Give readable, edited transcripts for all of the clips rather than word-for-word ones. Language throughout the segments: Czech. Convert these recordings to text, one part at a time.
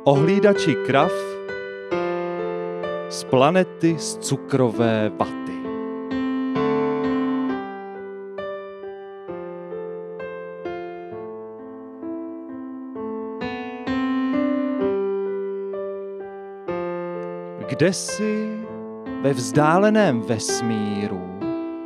Ohlídači krav z planety z cukrové vaty. Kdesi ve vzdáleném vesmíru,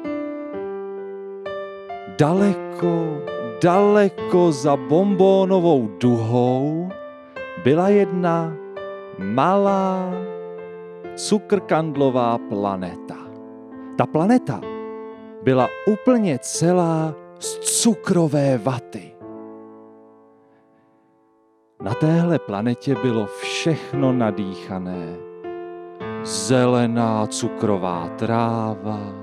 daleko, daleko za bonbónovou duhou, byla jedna malá cukrkandlová planeta. Ta planeta byla úplně celá z cukrové vaty. Na téhle planetě bylo všechno nadýchané. Zelená cukrová tráva,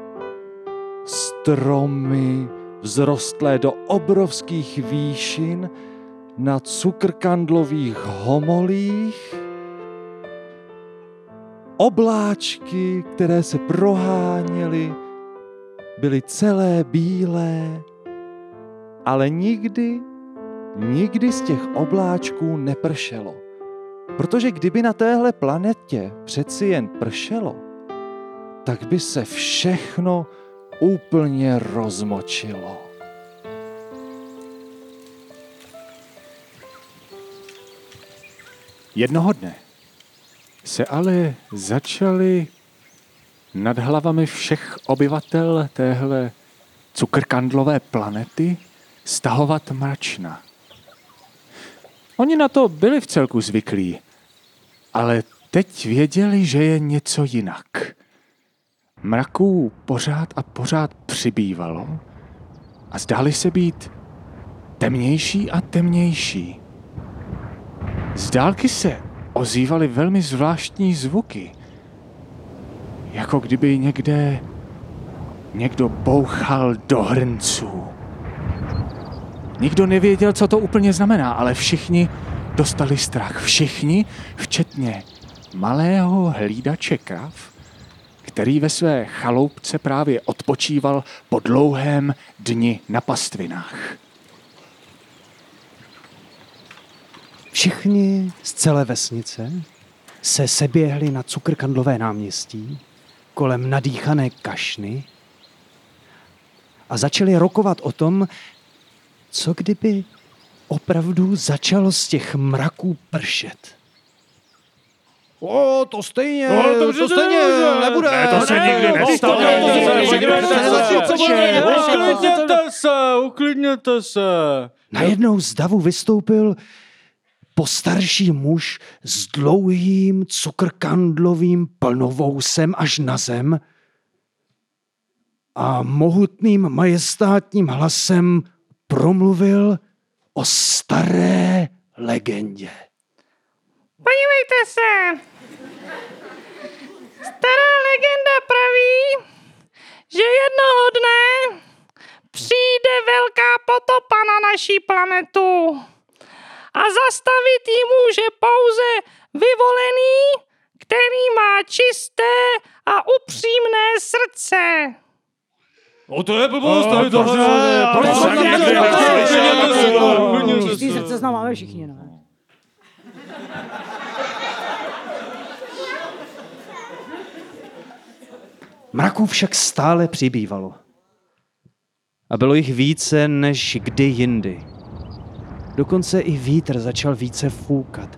stromy vzrostlé do obrovských výšin na cukrkandlových homolích, obláčky, které se proháněly, byly celé bílé, ale nikdy z těch obláčků nepršelo. Protože kdyby na téhle planetě přeci jen pršelo, tak by se všechno úplně rozmočilo. Jednoho dne se ale začaly nad hlavami všech obyvatel téhle cukrkandlové planety stahovat mračna. Oni na to byli vcelku zvyklí, ale teď věděli, že je něco jinak. Mraků pořád a pořád přibývalo a zdály se být temnější a temnější. Z dálky se ozývaly velmi zvláštní zvuky, jako kdyby někdo bouchal do hrnců. Nikdo nevěděl, co to úplně znamená, ale všichni dostali strach. Všichni, včetně malého hlídače krav, který ve své chaloupce právě odpočíval po dlouhém dni na pastvinách. Všichni z celé vesnice se seběhli na cukrkandlové náměstí kolem nadýchané kašny a začali rokovat o tom, co kdyby opravdu začalo z těch mraků pršet. To stejně nebude. Ne, to se nikdy nestane. Uklidněte se. Najednou z davu vystoupil postarší muž s dlouhým cukrkandlovým plnovousem až na zem a mohutným majestátním hlasem promluvil o staré legendě. Podívejte se. Stará legenda praví, že jednoho dne přijde velká potopa na naší planetu a zastavit ji může pouze vyvolený, který má čisté a upřímné srdce. To je blbost, Čistý srdce známe všichni, ne? Mraků však stále přibývalo. A bylo jich více než kdy jindy. Dokonce i vítr začal více foukat.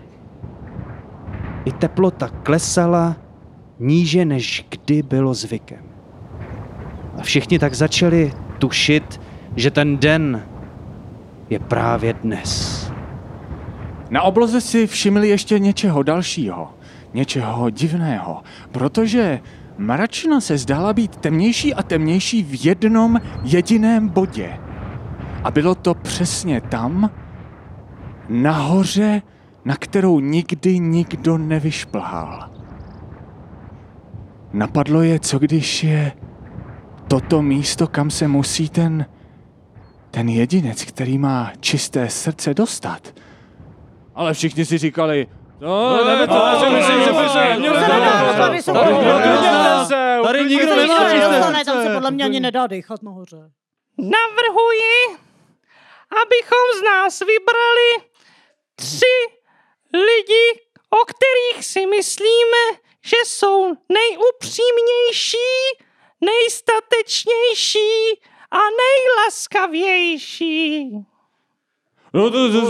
I teplota klesala níže, než kdy bylo zvykem. A všichni tak začali tušit, že ten den je právě dnes. Na obloze si všimli ještě něčeho dalšího, něčeho divného, protože mračna se zdála být temnější a temnější v jednom jediném bodě. A bylo to přesně tam, nahoře, na kterou nikdy nikdo nevyšplhal. Napadlo je, co když je toto místo, kam se musí ten jedinec, který má čisté srdce, dostat. Ale všichni si říkali, Tady nikdo nemá čisté. Tam se podle mě ani nedá dechat nahoře. Navrhuji, abychom z nás vybrali 3 lidi, o kterých si myslíme, že jsou nejupřímnější, nejstatečnější a nejlaskavější. No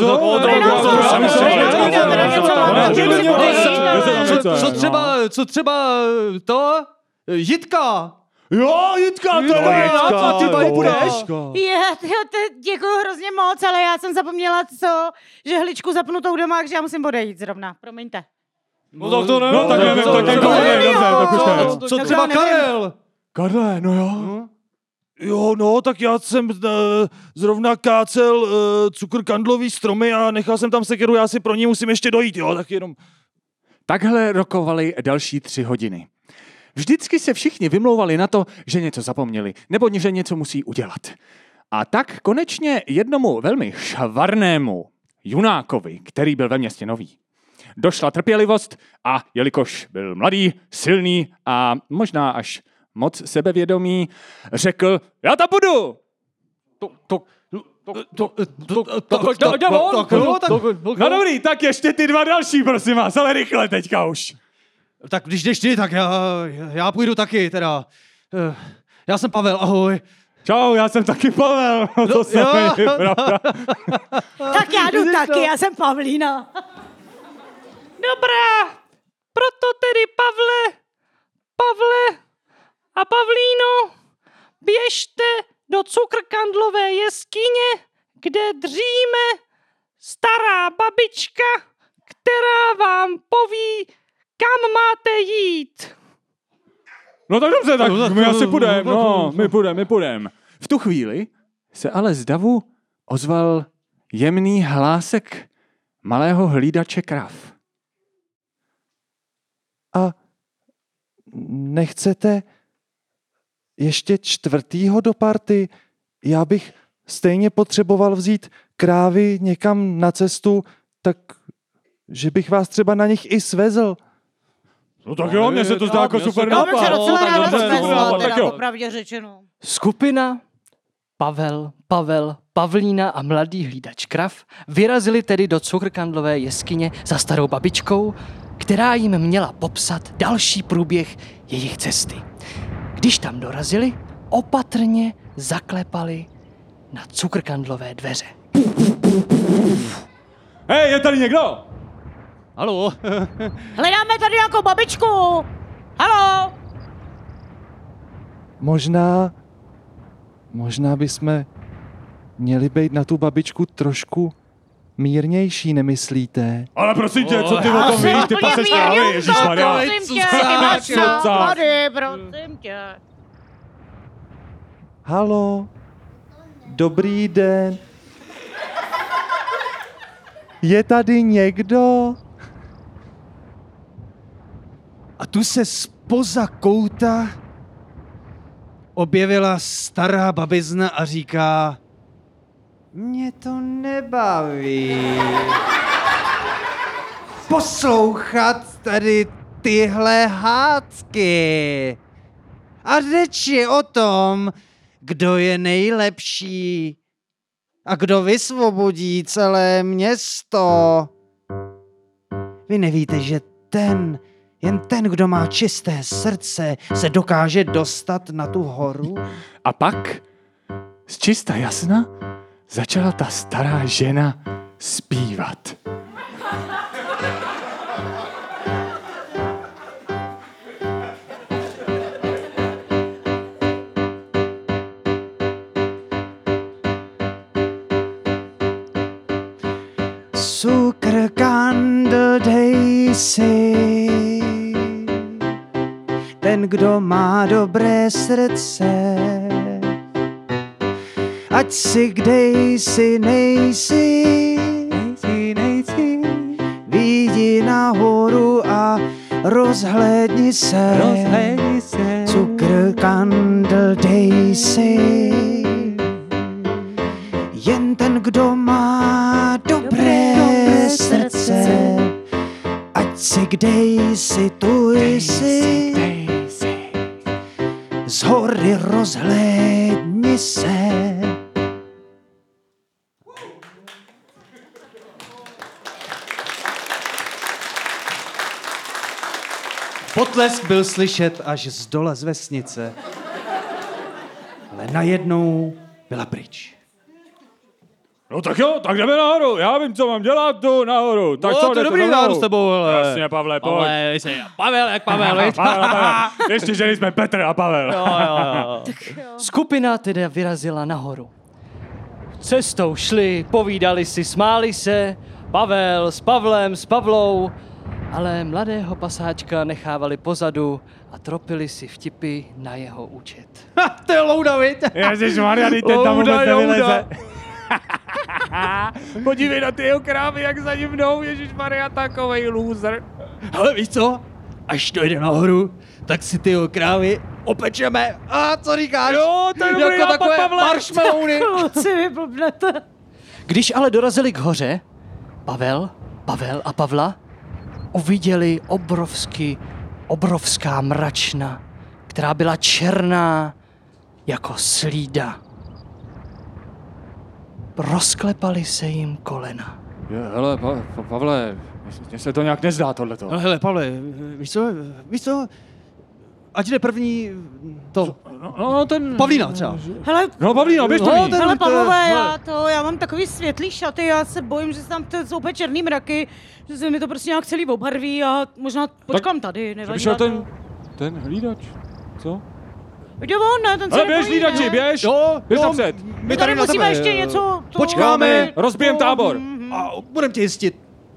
Co třeba to? Jitka. Jo, Jitka, to je Ty půjdeš? Děkuju hrozně moc, ale já jsem zapomněla že hličku zapnutou doma, takže já musím odejít zrovna. Promiňte. No tak to nevím. No tak nevím, Co třeba Karel? Karle, no jo. Jo, no, tak já jsem zrovna kácel cukrkandlový stromy a nechal jsem tam sekeru, já si pro ní musím ještě dojít, jo, tak jenom... Takhle rokovali další 3 hodiny. Vždycky se všichni vymlouvali na to, že něco zapomněli, nebo že něco musí udělat. A tak konečně jednomu velmi švarnému junákovi, který byl ve městě nový, došla trpělivost a jelikož byl mladý, silný a možná až moc sebevědomý, řekl, já tam budu! No dobrý, tak ještě ty 2 další, prosím vás, ale rychle teďka už. Tak když jdeš ty, tak já půjdu taky, teda. Já jsem Pavel, ahoj. Čau, já jsem taky Pavel. To se mi pravda. Tak já jdu taky, já jsem Pavlína. Dobrá, proto tedy Pavle a Pavlíno, běžte do cukrkandlové jeskyně, kde dříme stará babička, která vám poví, kam máte jít. No tak dobře, tak my asi půjdeme, my půjdeme. V tu chvíli se ale z davu ozval jemný hlásek malého hlídače krav. A nechcete ještě 4. do party? Já bych stejně potřeboval vzít krávy někam na cestu, tak že bych vás třeba na nich i svezl. No tak jo, mně se to zdá jako super nápad. Tak jo, popravdě řečeno. Skupina Pavel, Pavlína a mladý hlídač krav vyrazili tedy do cukrkandlové jeskyně za starou babičkou, která jim měla popsat další průběh jejich cesty. Když tam dorazili, opatrně zaklepali na cukrkandlové dveře. Hej, je tady někdo? Haló? Hledáme tady jako babičku. Haló? Možná bychom měli být na tu babičku trošku mírnější, nemyslíte? Ale prosím tě, co ty o tom víš? Ty paseš krávy, ježišmarja. Prosím tě. Haló? Dobrý den. Je tady někdo? A tu se zpoza kouta objevila stará babizna a říká: Mě to nebaví poslouchat tady tyhle hádky. A řeč je o tom, kdo je nejlepší a kdo vysvobodí celé město. Vy nevíte, že jen ten, kdo má čisté srdce, se dokáže dostat na tu horu? A pak z čista jasna začala ta stará žena zpívat. Cukrkandl dej si, ten, kdo má dobré srdce. Ať si kdej si nejsi, vyjdi nahoru a rozhlédni se. Cukrkandl dej si, jen ten, kdo má dobré srdce. Ať si kdej si, tuj si, z hory rozhlédni se. Potlesk byl slyšet až z dole z vesnice, ale najednou byla pryč. No tak jo, tak jdeme nahoru. Já vím, co mám dělat, jdu nahoru. Tak co, to je dobrý náhodu s tebou, hele. Jasně, Pavle, pojď. Pavel, jak Pavel, viď? Pavel. Ještě, že jsme Petr a Pavel. Jo. Skupina teda vyrazila nahoru. Cestou šli, povídali si, smáli se, Pavel s Pavlem, s Pavlou, ale mladého pasáčka nechávali pozadu a tropili si vtipy na jeho účet. To je louda, viď? Ježišmarja, teď ten tam vůbec nevyleze. Podívej na ty jeho krávy, jak za ním jdou, ježišmarja, takovej loser. Ale víš co? Až dojde nahoru, tak si ty krávy opečeme. A co říkáš? Jo, to je dobrý jako nápad, takové Pavle. marshmallowny. Kluci, vy blbnete. Když ale dorazili k hoře, Pavel a Pavla uviděli obrovská mračna, která byla černá jako slída. Rozklepali se jim kolena. Hele, Pavle, mně se to nějak nezdá, tohleto. No hele, Pavle, víš co? Ať jde první to. No, ten... Pavlína třeba. Hele, No, Pavlíno, běž první. hele, Pavlové, já mám takový světlý šaty, já se bojím, že tam jsou úplně černý mraky, že se mi to prostě nějak celý obarví a možná počkám tady, nevadí. Vyšel ten hlídač, co? Jde on, ne, ten se Ale běž, nebojí, hlídači, ne? běž! Jo, Běž jo, napřed. My tady musíme ještě něco... Počkáme. Rozbijem tábor. A budeme tě jistit.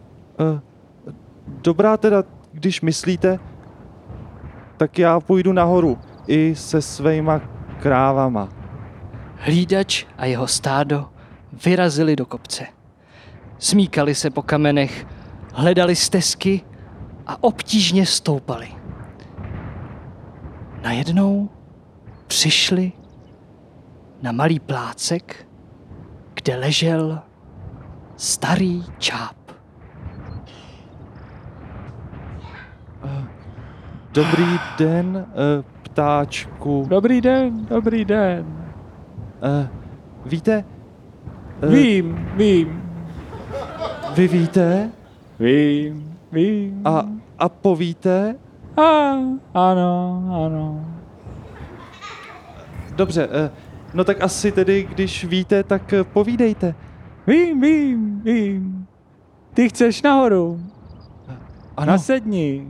Dobrá teda, když myslíte, tak já půjdu nahoru i se svýma krávama. Hlídač a jeho stádo vyrazili do kopce. Smíkali se po kamenech, hledali stezky a obtížně stoupali. Najednou přišli na malý plácek, kde ležel starý čáp. Dobrý den, ptáčku. Dobrý den. Víte? Vím. Vy víte? Vím. A povíte? Ano. Dobře, no tak asi tedy, když víte, tak povídejte. Vím. Ty chceš nahoru. Ano, Nasedni.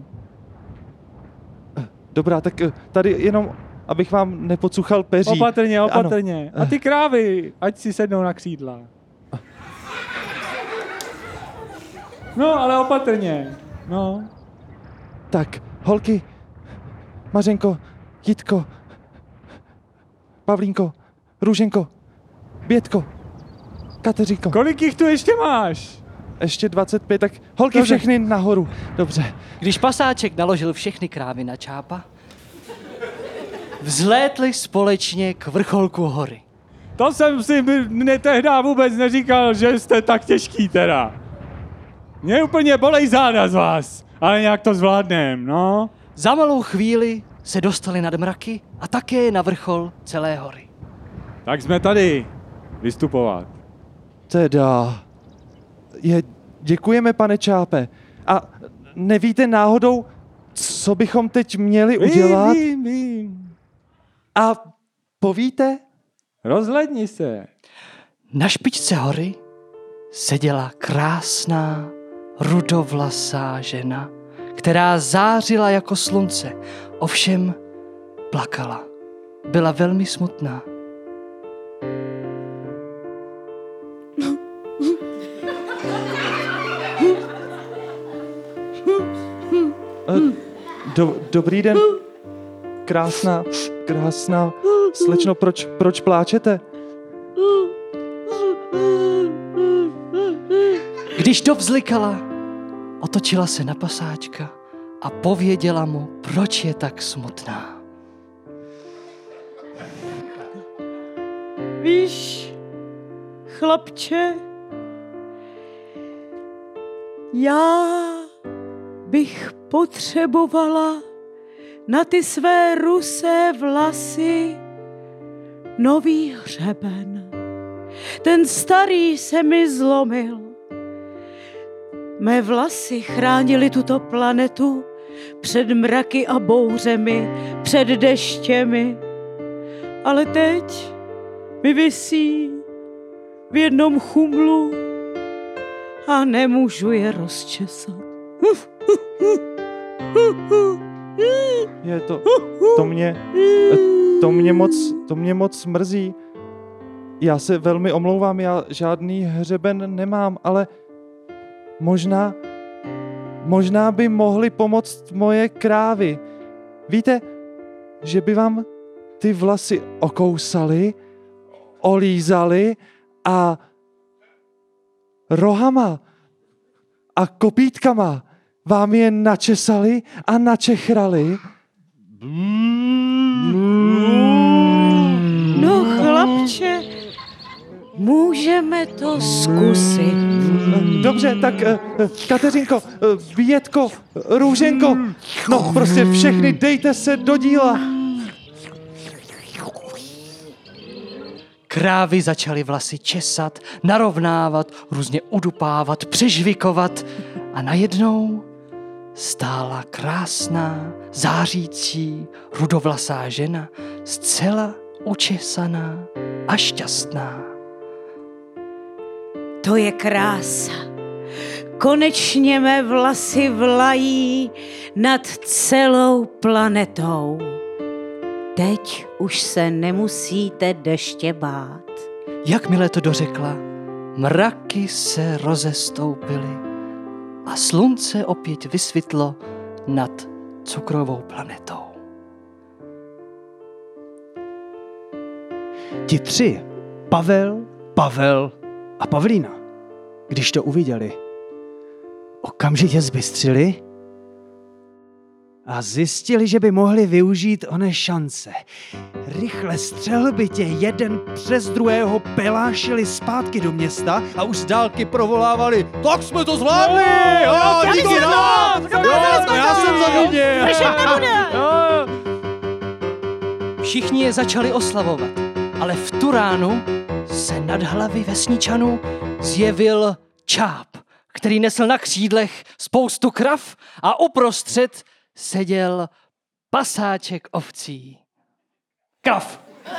dobrá, tak tady jenom, abych vám nepocuchal peří. Opatrně. Ano. A ty krávy, ať si sednou na křídla. No, ale opatrně. No. Tak, holky, Mařenko, Jitko, Pavlínko, Růženko, Bětko, Kateřinko. Kolik jich tu ještě máš? Ještě 25, tak holky Dobře. všechny nahoru. Dobře. Když pasáček naložil všechny krávy na čápa, vzlétli společně k vrcholku hory. To jsem si tehdy vůbec neříkal, že jste tak těžký teda. Mě úplně bolej záda z vás, ale nějak to zvládnem, no. Za malou chvíli se dostali nad mraky a také na vrchol celé hory. Tak jsme tady vystupovat. Teda, děkujeme, pane Čápe. A nevíte náhodou, co bychom teď měli udělat? Vím. A povíte? Rozhledni se. Na špičce hory seděla krásná, rudovlasá žena, která zářila jako slunce, ovšem plakala. Byla velmi smutná. Dobrý den. Krásná, slečno, proč pláčete? Když dovzlikala, otočila se na pasáčka a pověděla mu, proč je tak smutná. Víš, chlapče, já bych potřebovala na ty své rusé vlasy nový hřeben. Ten starý se mi zlomil. Mé vlasy chránily tuto planetu před mraky a bouřemi, před deštěmi. Ale teď mi visí v jednom chumlu a nemůžu je rozčesat. Je to mě moc mrzí. Já se velmi omlouvám, já žádný hřeben nemám, ale možná by mohly pomoct moje krávy. Víte, že by vám ty vlasy okousaly, olízaly a rohama a kopítkama vám je načesali a načechrali. No chlapče, můžeme to zkusit. Dobře, tak Kateřinko, Bětko, Růženko, no prostě všechny dejte se do díla. Krávy začaly vlasy česat, narovnávat, různě udupávat, přežvikovat a najednou stála krásná, zářící, rudovlasá žena, zcela učesaná a šťastná. To je krása. Konečně mé vlasy vlají nad celou planetou. Teď už se nemusíte deště bát. Jakmile to dořekla, mraky se rozestoupily a slunce opět vysvětlo nad cukrovou planetou. Ti tři, Pavel a Pavlína, když to uviděli, okamžitě zbystřili a zjistili, že by mohli využít oné šance. Rychle střelbitě jeden přes druhého pelášili zpátky do města a už z dálky provolávali: tak jsme to zvládli! Díky nám! Já jsem zavinil! Všichni je začali oslavovat, ale v tu ránu se nad hlavy vesničanů zjevil čáp, který nesl na křídlech spoustu krav a uprostřed seděl pasáček ovcí. Krav!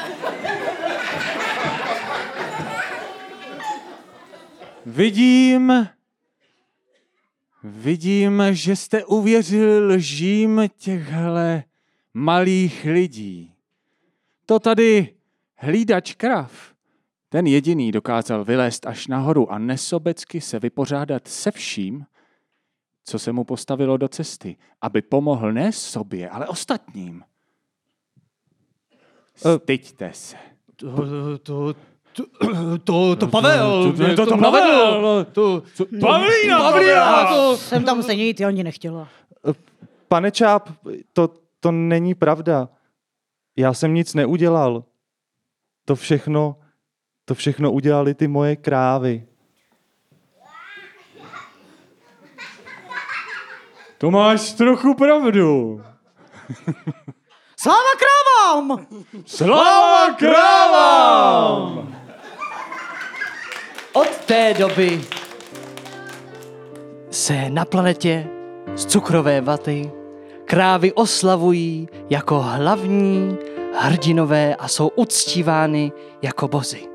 Vidím, že jste uvěřili lžím těchhle malých lidí. To tady hlídač krav, ten jediný dokázal vylézt až nahoru a nesobecky se vypořádat se vším, co se mu postavilo do cesty, aby pomohl ne sobě, ale ostatním. Styďte se. To Pavel! To Pavel! Pavlína! Jsem tam stejně jít, já ani nechtěla. Pane Čáp, to není pravda. Já jsem nic neudělal. To všechno udělali ty moje krávy. To máš trochu pravdu. Sláva krávám! Sláva krávám! Od té doby se na planetě z cukrové vaty krávy oslavují jako hlavní hrdinové a jsou uctívány jako bozy.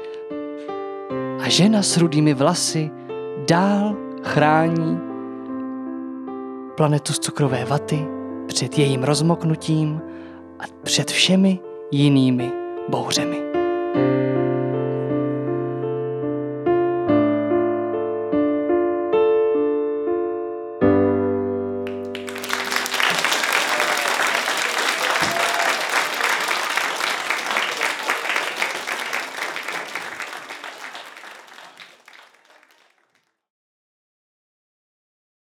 A žena s rudými vlasy dál chrání planetu z cukrové vaty před jejím rozmoknutím a před všemi jinými bouřemi.